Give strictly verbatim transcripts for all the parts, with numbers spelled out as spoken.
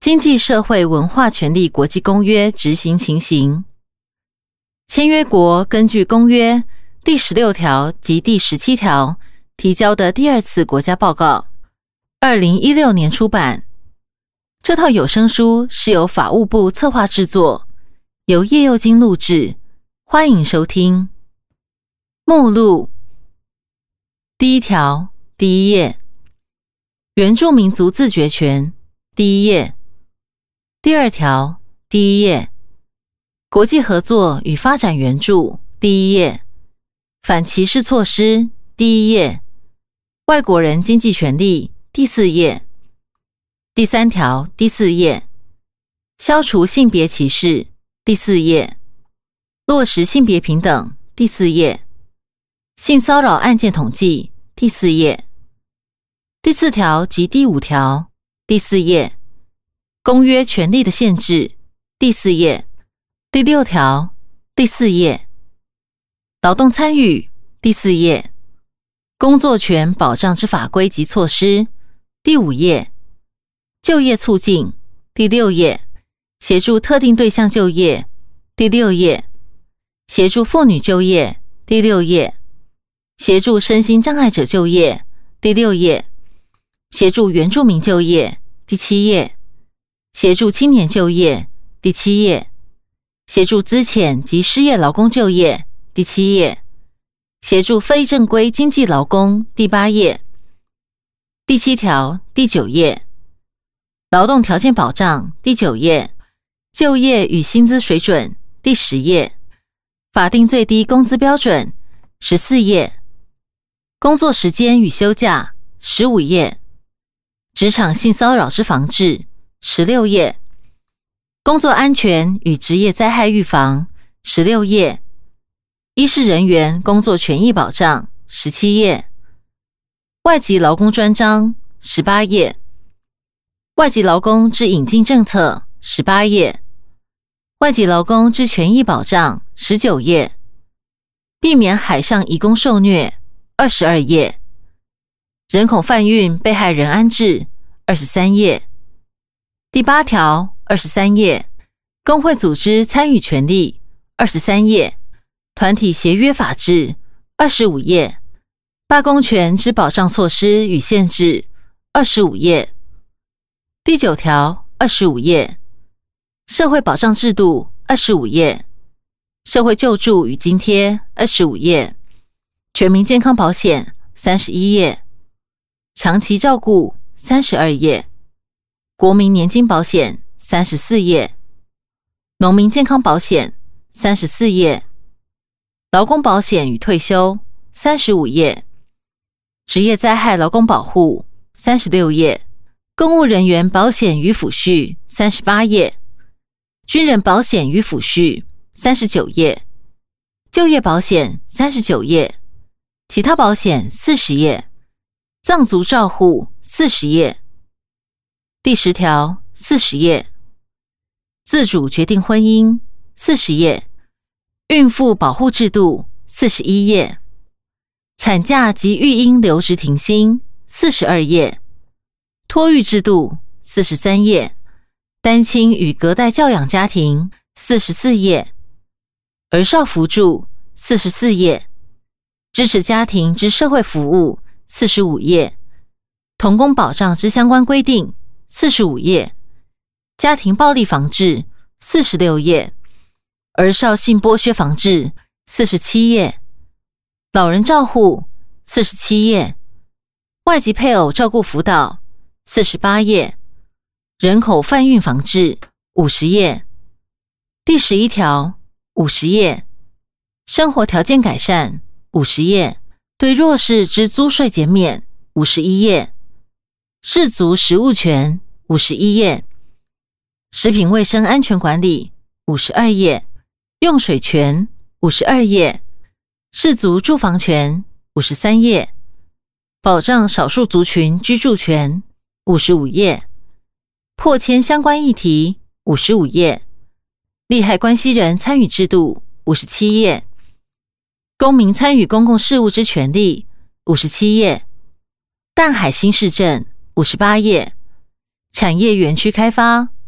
经济社会文化权利国际公约执行情形。签约国根据公约第十六条及第十七条提交的第二次国家报告，二零一六年出版。这套有声书是由法务部策划制作，由叶佑金录制，欢迎收听。目录：第一条，第一页，原住民族自决权，第一页。第二条，第一页，国际合作与发展援助，第一页。反歧视措施，第一页。外国人经济权利，第四页。第三条，第四页。消除性别歧视，第四页。落实性别平等，第四页。性骚扰案件统计，第四页。第四条及第五条，第四页。公约权利的限制，第四页。第六条，第四页。劳动参与，第四页。工作权保障之法规及措施，第五页。就业促进，第六页。协助特定对象就业，第六页。协助妇女就业，第六页。协助身心障碍者就业，第六页。协助原住民就业，第七页。协助青年就业，第七页。协助资遣及失业劳工就业，第七页。协助非正规经济劳工，第八页。第七条，第九页。劳动条件保障，第九页。就业与薪资水准，第十页。法定最低工资标准，十四页。工作时间与休假，十五页。职场性骚扰之防治，十六页。工作安全与职业灾害预防，十六页。医事人员工作权益保障，十七页。外籍劳工专章，十八页。外籍劳工之引进政策，十八页。外籍劳工之权益保障，十九页。避免海上移工受虐，二十二页。人口贩运被害人安置，二十三页。第八条，二十三页。工会组织参与权利，二十三页。团体协约法制，二十五页。罢工权之保障措施与限制，二十五页。第九条，二十五页。社会保障制度，二十五页。社会救助与津贴，二十五页。全民健康保险，三十一页。长期照顾，三十二页。国民年金保险，三十四页。农民健康保险，三十四页。劳工保险与退休，三十五页。职业灾害劳工保护，三十六页。公务人员保险与抚恤，三十八页。军人保险与抚恤，三十九页。就业保险，三十九页。其他保险，四十页。藏族照护，四十页。第十条，四十页。自主决定婚姻，四十页。孕妇保护制度，四十一页。产假及育婴留职停薪，四十二页。托育制度，四十三页。单亲与隔代教养家庭，四十四页。儿少扶助，四十四页。支持家庭之社会服务，四十五页。童工保障之相关规定，四十五页。家庭暴力防治，四十六页。儿少性剥削防治，四十七页。老人照护，四十七页。外籍配偶照顾辅导，四十八页。人口贩运防治，五十页。第十一条，五十页。生活条件改善，五十页。对弱势之租税减免，五十一页。氏族食物权，五十一页。食品卫生安全管理，五十二页。用水权，五十二页。氏族住房权，五十三页。保障少数族群居住权，五十五页。破迁相关议题，五十五页。利害关系人参与制度，五十七页。公民参与公共事务之权利，五十七页。淡海新市镇，五十八页。产业园区开发，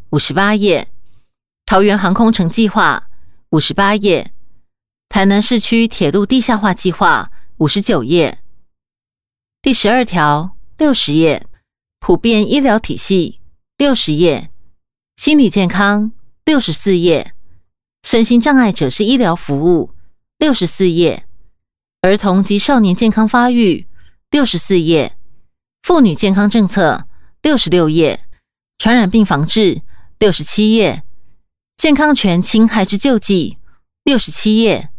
五十八页；桃园航空城计划五十八页；台南市区铁路地下化计划五十九页。第十二条六十页；普遍医疗体系六十页；心理健康六十四页；身心障碍者之医疗服务六十四页；儿童及少年健康发育六十四页；妇女健康政策六十六页；传染病防治六十七页；健康权侵害之救济六十七页；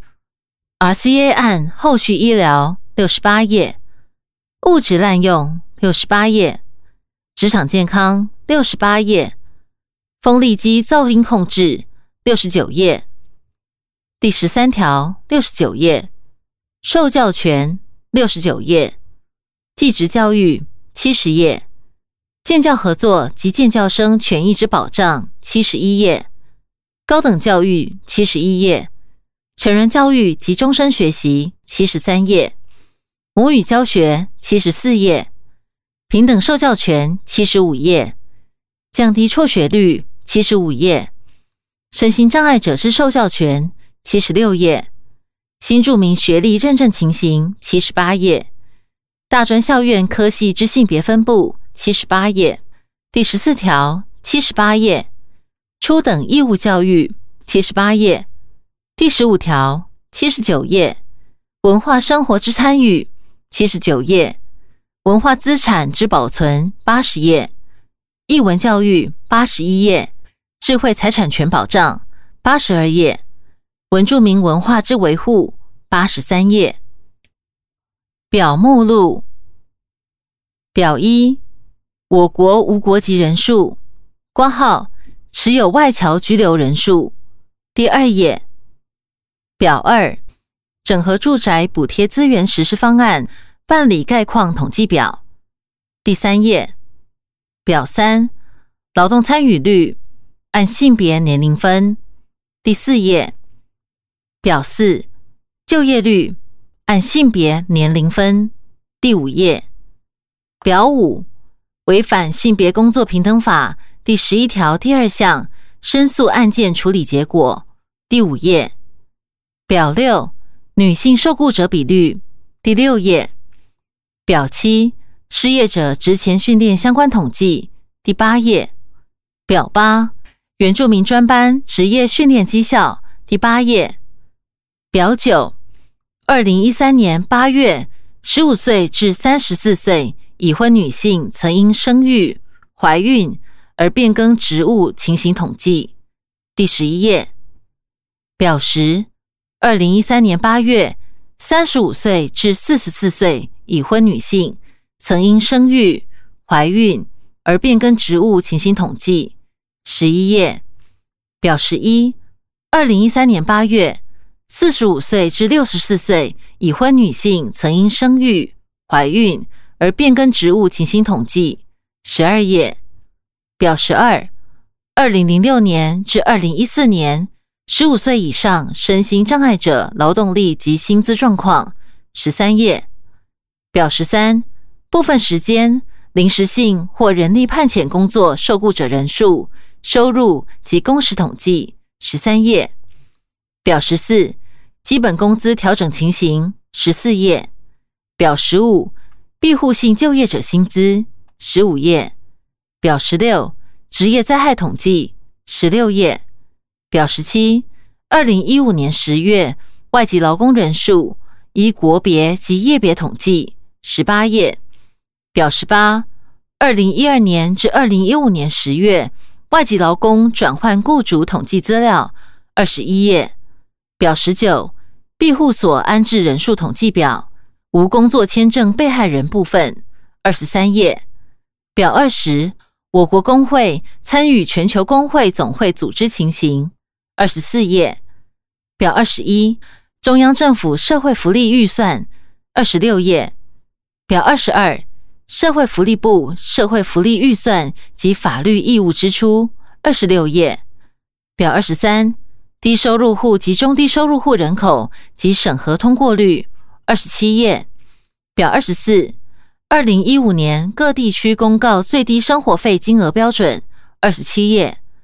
R C A 案后续医疗六十八页；物质滥用六十八页；职场健康六十八页；风力机噪音控制六十九页。第十三条六十九页；受教权六十九页；技职教育七十页；建教合作及建教生权益之保障七十一页；高等教育七十一页；成人教育及终身学习七十三页；母语教学七十四页；平等受教权七十五页；降低辍学率七十五页；身心障碍者之受教权七十六页；新住民学历认证情形七十八页；大专校院科系之性别分布七十八页。第十四条七十八页；初等义务教育七十八页。第十五条七十九页；文化生活之参与七十九页；文化资产之保存八十页；艺文教育八十一页；智慧财产权保障八十二页；原住民文化之维护八十三页。表目录。表一，我国无国籍人数，括号持有外侨居留人数。第二页。表二，整合住宅补贴资源实施方案办理概况统计表。第三页。表三，劳动参与率按性别年龄分。第四页。表四，就业率按性别年龄分。第五页。表五，违反性别工作平等法第十一条第二项申诉案件处理结果。第五页。表六，女性受雇者比率。第六页。表七，失业者职前训练相关统计。第八页。表八，原住民专班职业训练绩效。第八页。表九，二零一三年八月，十五岁至三十四岁已婚女性曾因生育、怀孕而变更职务情形统计。第十一页。表十，二零一三年八月，三十五岁至四十四岁已婚女性曾因生育、怀孕而变更职务情形统计。十一页。表十一，二零一三年八月，四十五岁至六十四岁已婚女性曾因生育、怀孕而变更职务情形统计。十二页。表十二，二零零六年至二零一四年十五岁以上身心障碍者劳动力及薪资状况。十三页。表十三，部分时间、临时性或人力派遣工作受雇者人数、收入及工时统计。十三页。表十四，基本工资调整情形。十四页。表十五，庇护性就业者薪资。十五页。表十六，职业灾害统计。十六页。表十七，二零一五年十月外籍劳工人数依国别及业别统计。十八页。表十八，二零一二年至二零一五年十月外籍劳工转换雇主统计资料。二十一页。表十九，庇护所安置人数统计表，无工作签证被害人部分。二十三页。表二十，我国工会参与全球工会总会组织情形。二十四页。表二十一，中央政府社会福利预算。二十六页。表二十二，社会福利部社会福利预算及法律义务支出。二十六页。表二十三，低收入户及中低收入户人口及审核通过率。二十七页。表二十四，二零一五年各地区公告最低生活费金额标准。二十七页。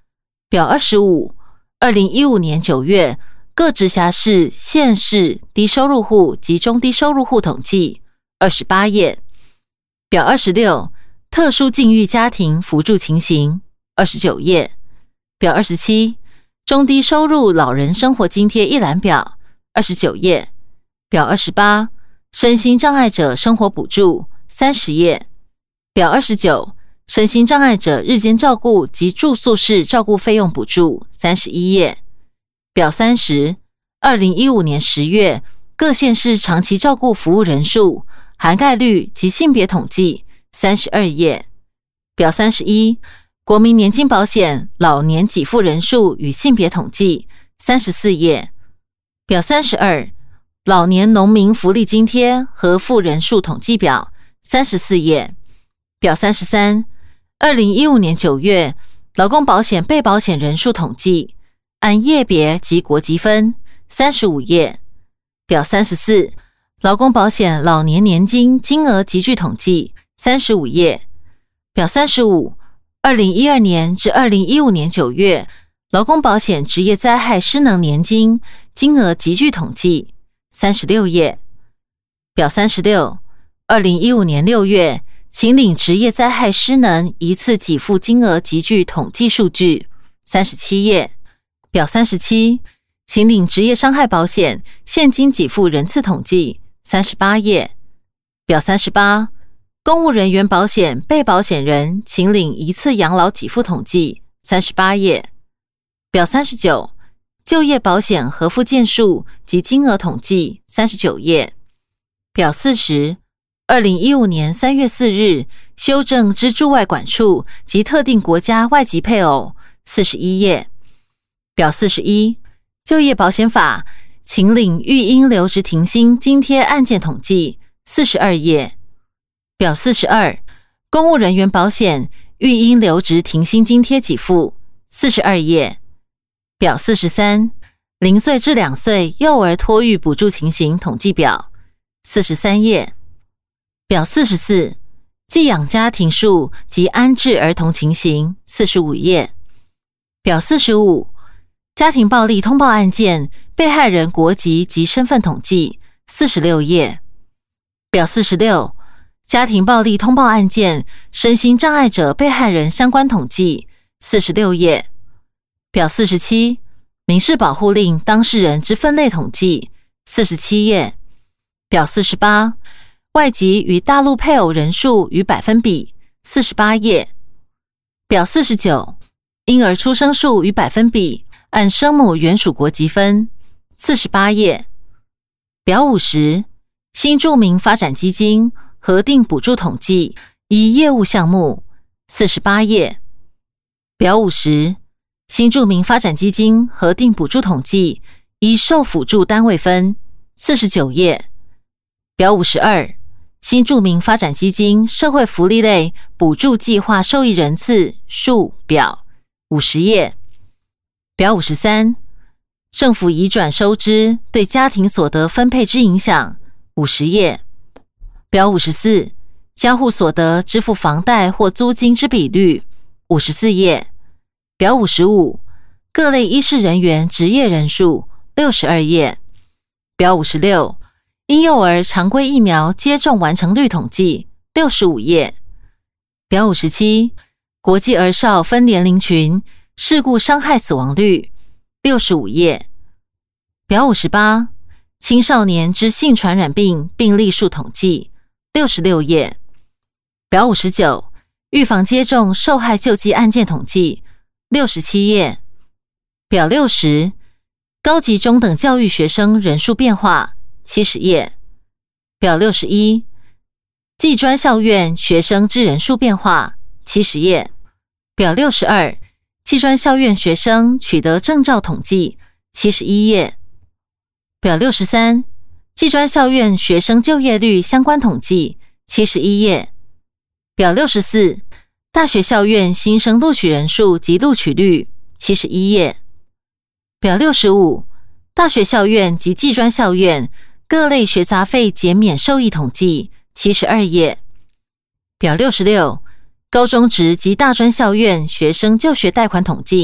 表二十五，二零一五年九月各直辖市、县市低收入户及中低收入户统计，二十八页。表二十六，特殊境遇家庭扶助情形，二十九页。表二十七，中低收入老人生活津贴一览表，二十九页。表二十八，身心障碍者生活补助，三十页。表二十九，身心障碍者日间照顾及住宿式照顾费用补助，三十一页。表三十，二零一五年十月各县市长期照顾服务人数、涵盖率及性别统计，三十二页。表三十一，国民年金保险老年给付人数与性别统计，三十四页。表三十二，老年农民福利津贴合附人数统计表，三十四页。表三十三，二零一五年九月劳工保险被保险人数统计，按业别及国籍分，三十五页。表三十四，劳工保险老年年金金额集聚统计，三十五页。表三十五，二零一二年至二零一五年九月劳工保险职业灾害失能年金金额集聚统计，三十六页。表三十六，二零一五年六月请领职业灾害失能一次给付金额集聚统计数据，三十七页。表三十七，请领职业伤害保险现金给付人次统计，三十八页。表三十八，公务人员保险被保险人请领一次养老给付统计，三十八页。表三十九，就业保险合附件数及金额统计，三十九页。表四十，二零一五年三月四日修正之驻外管处及特定国家外籍配偶，四十一页。表四十一，就业保险法请领育婴留职停薪津贴案件统计，四十二页。表四十二，公务人员保险育婴留职停薪津贴给付，四十二页。表四十三，零岁至两岁幼儿托育补助情形统计表，四十三页。表四十四，寄养家庭数及安置儿童情形，四十五页。表四十五，家庭暴力通报案件被害人国籍及身份统计，四十六页。表四十六，家庭暴力通报案件身心障碍者被害人相关统计，四十六页。表四十七，民事保护令当事人之分类统计，四十七页。表四十八，外籍与大陆配偶人数与百分比，四十八页。表四十九，婴儿出生数与百分比按生母原属国籍分，四十八页。表五十，新住民发展基金核定补助统计依业务项目，四十八页。表五十，新住民发展基金核定补助统计依受辅助单位分，四十九页。表五十二，新住民发展基金社会福利类补助计划受益人次数表，五十页。表五十三，政府移转收支对家庭所得分配之影响，五十页。表五十四，家户所得支付房贷或租金之比率，五十四页。表五十五，各类医事人员职业人数，六十二页。表五十六，婴幼儿常规疫苗接种完成率统计，六十五页。表五十七，国际儿少分年龄群事故伤害死亡率，六十五页。表五十八，青少年之性传染病病例数统计，六十六页。表五十九，预防接种受害救济案件统计，六十七页。表六十，高级中等教育学生人数变化，七十页。表六十一，技专校院学生之人数变化，七十页。表六十二，技专校院学生取得证照统计，七十一页。表六十三，技专校院学生就业率相关统计，七十一页。表六十四，大学校院新生录取人数及录取率，七十一页。表六十五，大学校院及技专校院各类学杂费减免受益统计，七十二页。表六十六，高中职及大专校院学生就学贷款统计，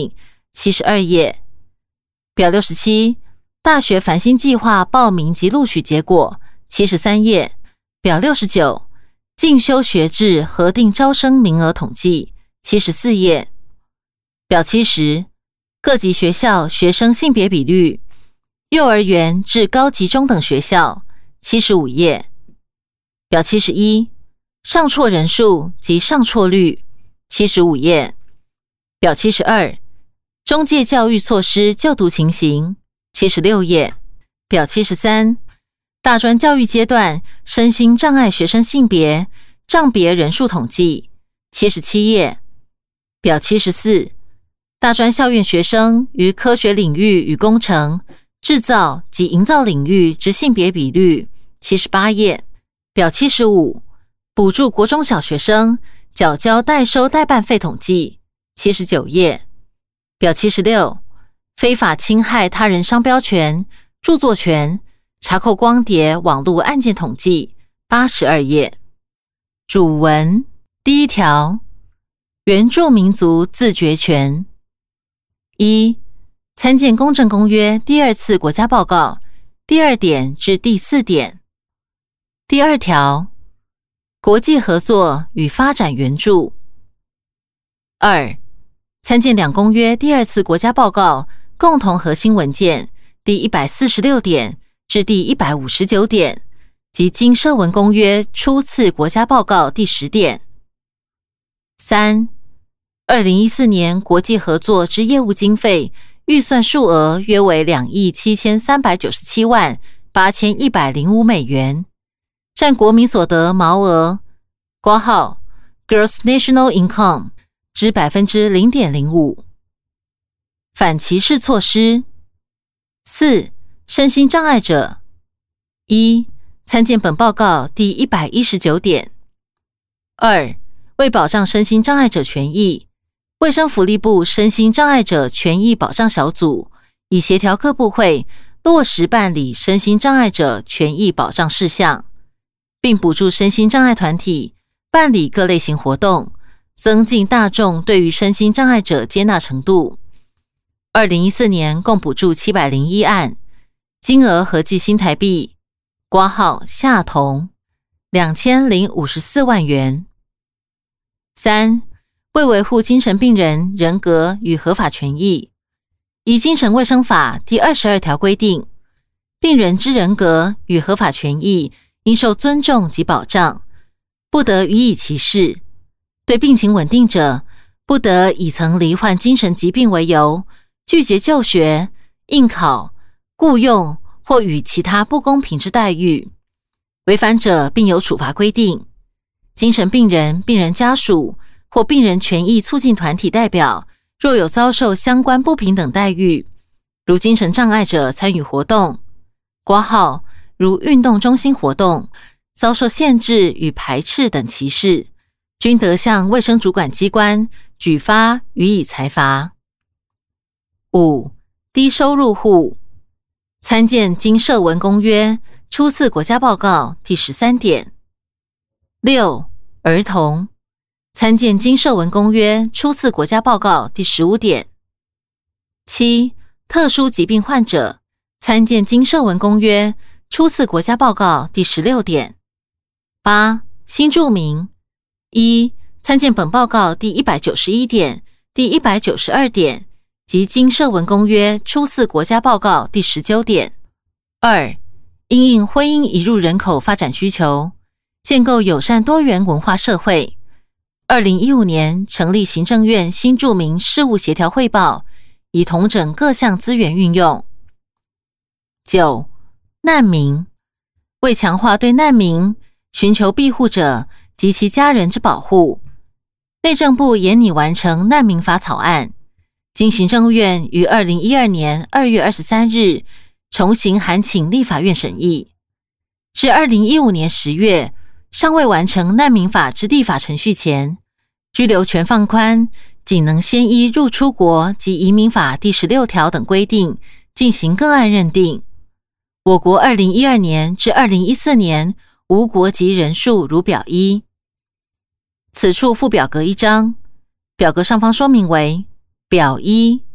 七十二页。表六十七，大学繁星计划报名及录取结果，七十三页。表六十九，进修学制核定招生名额统计，七十四页。表七十，各级学校学生性别比率，幼儿园至高级中等学校，七十五页。表七十一，上辍人数及上辍率，七十五页。表七十二，中介教育措施就读情形，七十六页。表七十三，大专教育阶段身心障碍学生性别障别人数统计，七十七页。表七十四，大专校院学生于科学领域与工程、制造及营造领域之性别比率，七十八页。表七十五，补助国中小学生缴交代收代办费统计，七十九页。表七十六，非法侵害他人商标权、著作权查扣光碟网络案件统计，八十二页。主文第一条，原住民族自决权。一、参见公政公约第二次国家报告第二点至第四点。第二条，国际合作与发展援助。二、参见两公约第二次国家报告共同核心文件第一百四十六点至第一百五十九点及经社文公约初次国家报告第十点。三、二零一四年国际合作之业务经费预算数额约为两亿七千三百九十七万八千一百零五美元，占国民所得毛额括号 Gross National Income 之 百分之零点零五。 反歧视措施。四、身心障碍者。一、参见本报告第一百一十九点。二、为保障身心障碍者权益，卫生福利部身心障碍者权益保障小组已协调各部会落实办理身心障碍者权益保障事项，并补助身心障碍团体办理各类型活动，增进大众对于身心障碍者接纳程度。二零一四年共补助七百零一案，金额合计新台币括号下同两千零五十四万元。三、为维护精神病人人格与合法权益，依精神卫生法第二十二条规定，病人之人格与合法权益应受尊重及保障，不得予以歧视。对病情稳定者，不得以曾罹患精神疾病为由，拒绝就学、应考、雇用或与其他不公平之待遇。违反者并有处罚规定。精神病人、病人家属或病人权益促进团体代表，若有遭受相关不平等待遇，如精神障碍者参与活动括号如运动中心活动遭受限制与排斥等歧视，均得向卫生主管机关举发予以裁罚。五、低收入户。参见经社文公约初次国家报告第十三点。六、儿童。参见经社文公约初次国家报告第十五点。七、特殊疾病患者。参见经社文公约初次国家报告第十六点。八、新住民。一、参见本报告第一百九十一点、第一百九十二点及经社文公约初次国家报告第十九点。二、因应婚姻移入人口发展需求，建构友善多元文化社会。二零一五年成立行政院新住民事务协调汇报，以统整各项资源运用。九、难民。为强化对难民、寻求庇护者及其家人之保护，内政部研拟完成难民法草案，经行政院于二零一二年二月二十三日重行函请立法院审议。至二零一五年十月尚未完成难民法之立法程序前，居留权放宽仅能先依入出国及移民法第十六条等规定进行个案认定。我国二零一二年至二零一四年无国籍人数如表一。此处附表格一张，表格上方说明为表一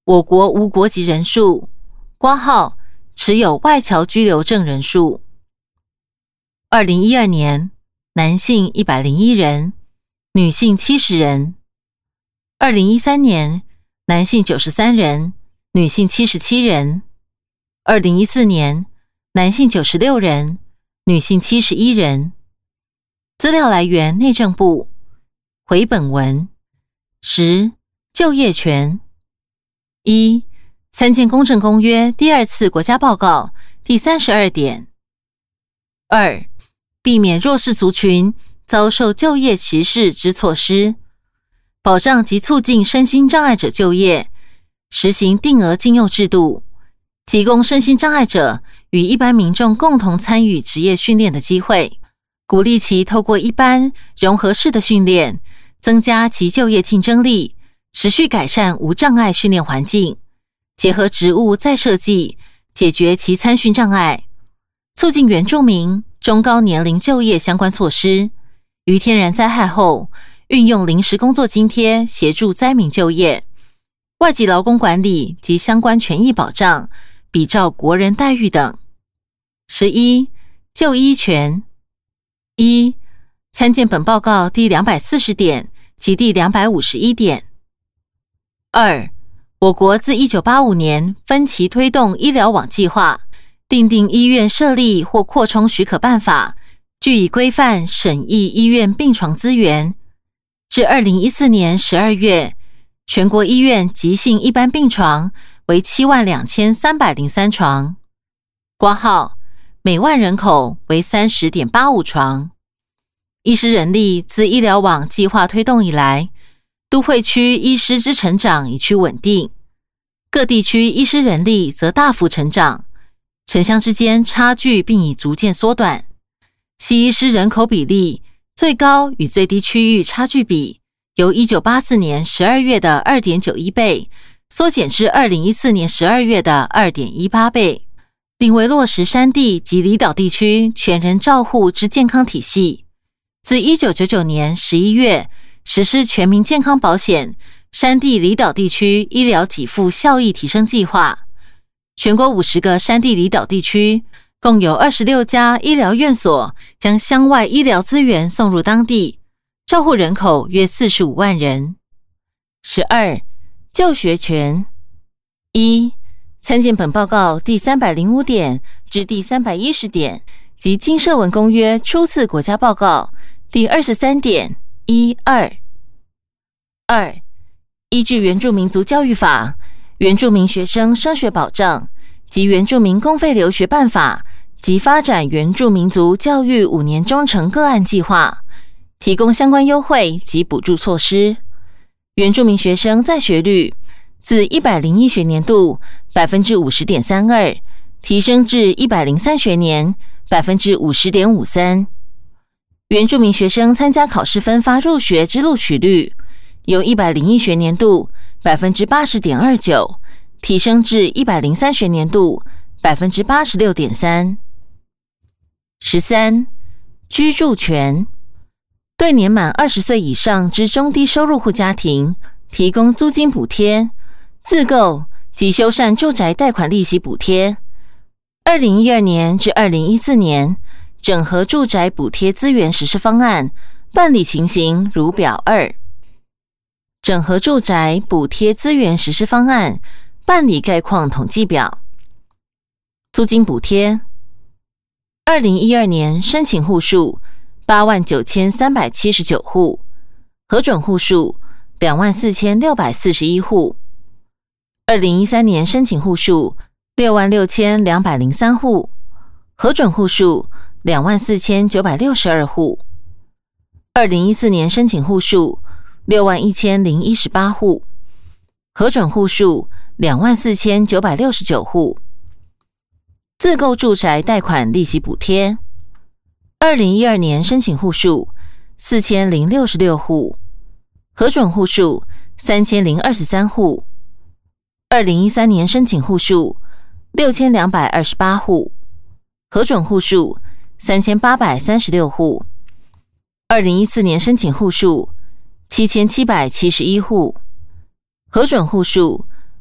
我国无国籍人数，括号持有外侨居留证人数。二零一二年，男性一百零一人，女性七十人。二零一三年，男性九十三人，女性七十七人。二零一四年，男性九十六人，女性七十一人。资料来源内政部。回本文。十、就业权。一、参见公正公约第二次国家报告第三十二点。二、避免弱势族群遭受就业歧视之措施，保障及促进身心障碍者就业，实行定额禁用制度，提供身心障碍者与一般民众共同参与职业训练的机会，鼓励其透过一般融合式的训练，增加其就业竞争力，持续改善无障碍训练环境，结合职务再设计，解决其参训障碍，促进原住民中高年龄就业相关措施，于天然灾害后，运用临时工作津贴协助灾民就业，外籍劳工管理及相关权益保障，比照国人待遇等。十一、就医权。一、参见本报告第两百四十点及第两百五十一点。二、我国自一九八五年分期推动医疗网计划，订定医院设立或扩充许可办法，据以规范审议医院病床资源。至二零一四年十二月，全国医院急性一般病床为七万两千三百零三床，括号每万人口为 三十点八五床。医师人力自医疗网计划推动以来，都会区医师之成长已趋稳定，各地区医师人力则大幅成长，城乡之间差距并已逐渐缩短。系医师人口比例最高与最低区域差距比，由一九八四年十二月的 二点九一倍，缩减至二零一四年十二月的 二点一八倍。另为落实山地及离岛地区全人照护之健康体系，自一九九九年十一月实施全民健康保险山地离岛地区医疗给付效益提升计划，全国五十个山地离岛地区共有二十六家医疗院所将乡外医疗资源送入当地，照护人口约四十五万人。十二、就学权。一、参见本报告第三百零五点至第三百一十点及经社文公约初次国家报告第二十三点一二。二、依据原住民族教育法、原住民学生升学保障及原住民公费留学办法及发展原住民族教育五年忠诚个案计划，提供相关优惠及补助措施。原住民学生在学率自一百零一学年度 百分之五十点三二 提升至一百零三学年 百分之五十点五三。原住民学生参加考试分发入学之录取率由一百零一学年度 百分之八十点二九 提升至一百零三学年度 百分之八十六点三。十三、居住权。对年满二十岁以上之中低收入户家庭提供租金补贴、自购及修缮住宅贷款利息补贴。二零一二年至二零一四年整合住宅补贴资源实施方案办理情形如表二。整合住宅补贴资源实施方案办理概况统计表。租金补贴。二零一二年申请户数八万九千三百七十九户，核准户数两万四千六百四十一户。二零一三年申请户数六万六千两百零三户，核准户数两万四千九百六十二户。二零一四年申请户数六万一千零一十八户，核准户数两万四千九百六十九户。自购住宅贷款利息补贴。二零一二年申请户数四千零六十六户，核准户数三千零二十三户。二零一三年申请户数六千两百二十八户，核准户数三千八百三十六户。二零一四年申请户数七千七百七十一户，核准户数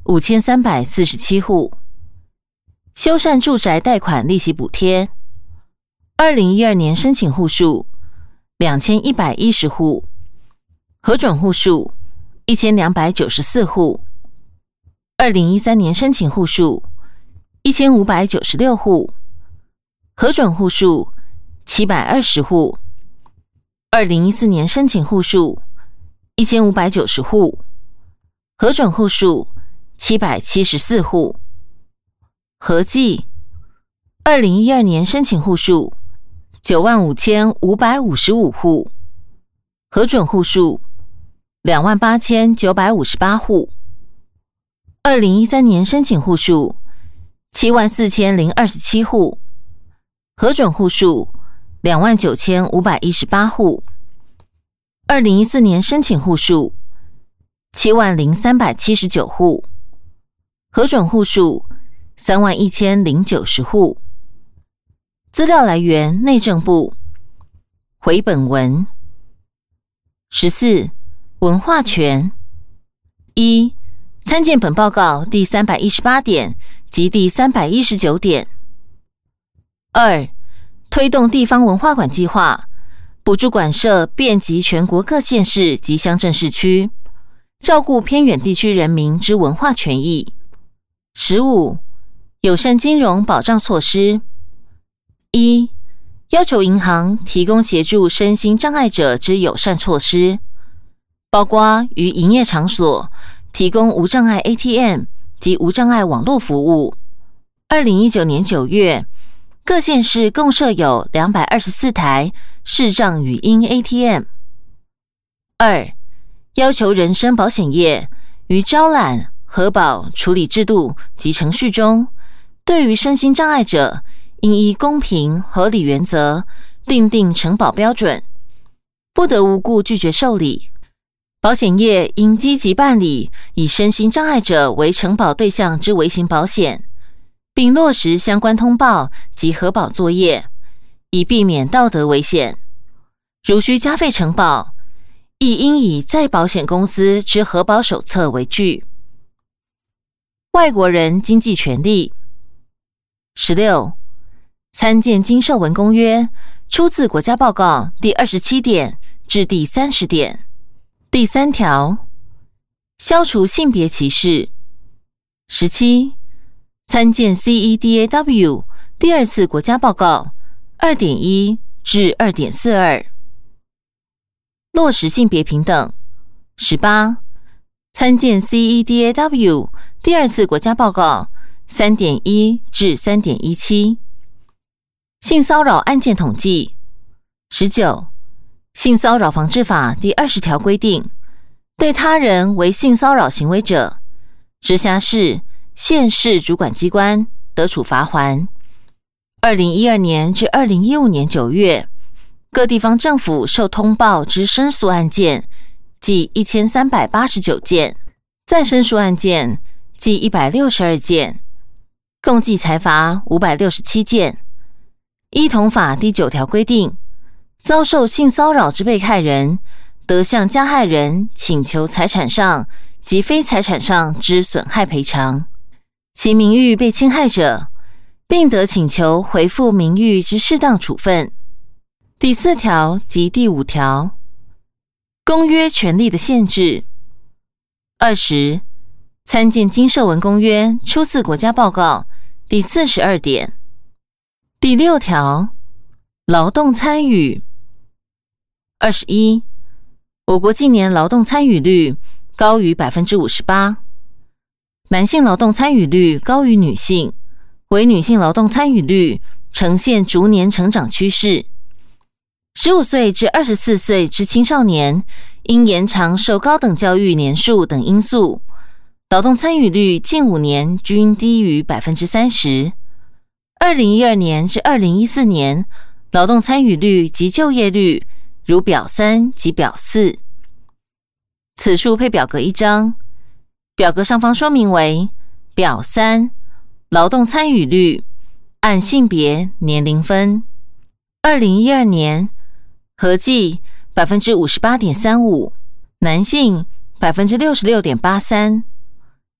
五千三百四十七户。修缮住宅贷款利息补贴，二零一二年申请户数两千一百一十户，核准户数一千两百九十四户。二零一三年申请户数一千五百九十六户，核准户数七百二十户。二零一四年申请户数一千五百九十户，核准户数七百七十四户。合计二零一二年申请户数九万五千五百五十五户，核准户数两万八千九百五十八户。二零一三年申请户数七万四千零二十七户，核准户数两万九千五百一十八户。二零一四年申请户数七万零三百七十九户，核准户数三万一千零九十户。资料来源：内政部。回本文。十四、文化权。一、参见本报告第三百一十八点及第三百一十九点。二、推动地方文化馆计划，补助馆舍遍及全国各县市及乡镇市区，照顾偏远地区人民之文化权益。十五、友善金融保障措施。一、要求银行提供协助身心障碍者之友善措施，包括于营业场所提供无障碍 A T M 及无障碍网络服务。二零一九年九月，各县市共设有两百二十四台视障语音 A T M。二、要求人身保险业于招揽、核保处理制度及程序中，对于身心障碍者，应依公平合理原则订定承保标准，不得无故拒绝受理。保险业应积极办理以身心障碍者为承保对象之微型保险，并落实相关通报及核保作业，以避免道德危险。如需加费承保，亦应以再保险公司之核保手册为据。外国人经济权利。十六、参见经社文公约，出自国家报告第二十七点至第三十点。第三条，消除性别歧视。十七、参见 C E D A W 第二次国家报告 二点一 至 二点四二。落实性别平等。十八、参见 C E D A W 第二次国家报告 三点一 至 三点一七。性骚扰案件统计。十九、性骚扰防治法第二十条规定，对他人为性骚扰行为者，直辖市、县市主管机关得处罚锾。二零一二年至二零一五年九月，各地方政府受通报之申诉案件计一千三百八十九件，再申诉案件计一百六十二件，共计裁罚五百六十七件。依同法第九条规定，遭受性骚扰之被害人，得向加害人请求财产上及非财产上之损害赔偿，其名誉被侵害者，并得请求回复名誉之适当处分。第四条及第五条，公约权利的限制。二十、参见经社文公约出自国家报告第四十二点。第六条，劳动参与。二十一、我国近年劳动参与率高于 百分之五十八， 男性劳动参与率高于女性，唯女性劳动参与率呈现逐年成长趋势。十五岁至二十四岁之青少年，因延长受高等教育年数等因素，劳动参与率近五年均低于 百分之三十。二零一二年至二零一四年，劳动参与率及就业率如表三及表四。此处配表格一张，表格上方说明为表三，劳动参与率按性别年龄分。二零一二年合计 百分之五十八点三五， 男性 百分之六十六点八三，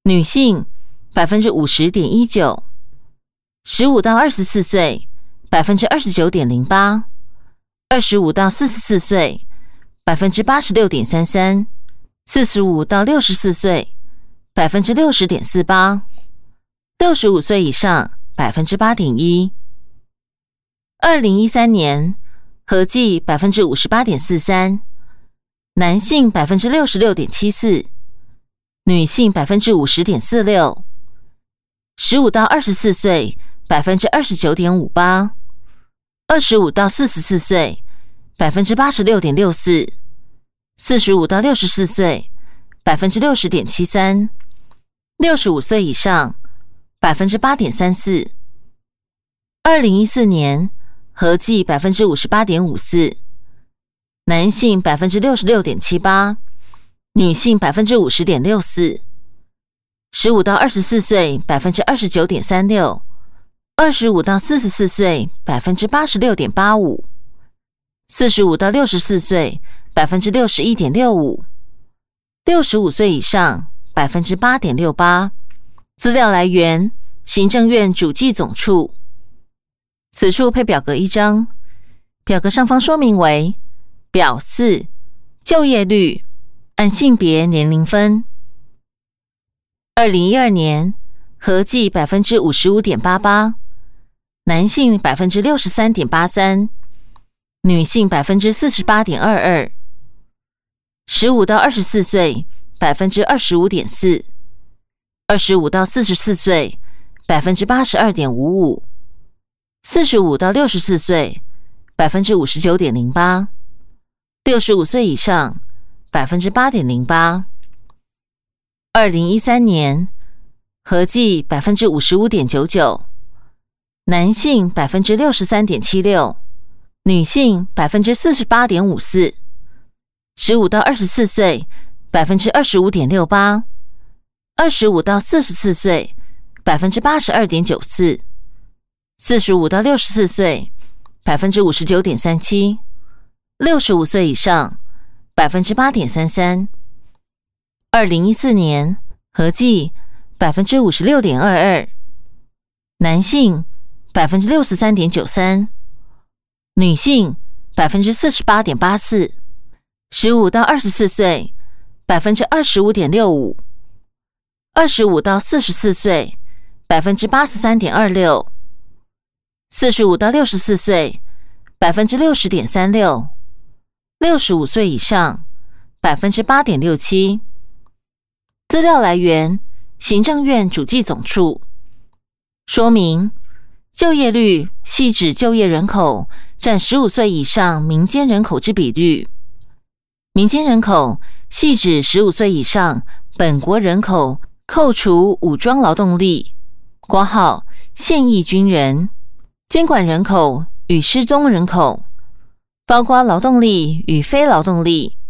女性 百分之五十点一九， 十五到二十四岁 百分之二十九点零八， 二十五到四十四岁 百分之八十六点三三， 四十五到六十四岁 百分之六十点四八， 六十五岁以上 百分之八点一。 二零一三年合计 百分之五十八点四三， 男性 百分之六十六点七四， 女性 百分之五十点四六， 十五到二十四岁 百分之二十九点五八， 二十五到四十四岁 百分之八十六点六四， 四十五到六十四岁 百分之六十点七三， 六十五岁以上 百分之八点三四。 二零一四年合计 百分之五十八点五四， 男性 百分之六十六点七八， 女性 百分之五十点六四， 十五到二十四岁 百分之二十九点三六， 二十五到四十四岁 百分之八十六点八五， 四十五到六十四岁 百分之六十一点六五， 六十五岁以上 百分之八点六八。 资料来源行政院主计总处。此处配表格一张，表格上方说明为表四就业率，按性别年龄分。二零一二年合计 百分之五十五点八八， 男性 百分之六十三点八三， 女性 百分之四十八点二二， 十五到二十四岁 百分之二十五点四， 二十五到四十四岁 百分之八十二点五五， 四十五到六十四岁 百分之五十九点零八， 六十五岁以上 百分之八点零八。 二零一三年合计 百分之五十五点九九， 男性 百分之六十三点七六， 女性 百分之四十八点五四， 十五到二十四岁 百分之二十五点六八， 二十五到四十四岁 百分之八十二点九四， 四十五到六十四岁 百分之五十九点三七， 六十五岁以上 百分之八点三三。 二零一四年合计 百分之五十六点二二， 男性 百分之六十三点九三， 女性 百分之四十八点八四， 十五到二十四岁 百分之二十五点六五， 二十五到四十四岁 百分之八十三点二六， 四十五到六十四岁 百分之六十点三六， 六十五岁以上 百分之八点六七。 资料来源行政院主计总处。说明就业率系指就业人口占十五岁以上民间人口之比率，民间人口系指十五岁以上本国人口扣除武装劳动力括号现役军人、监管人口与失踪人口，包括劳动力与非劳动力。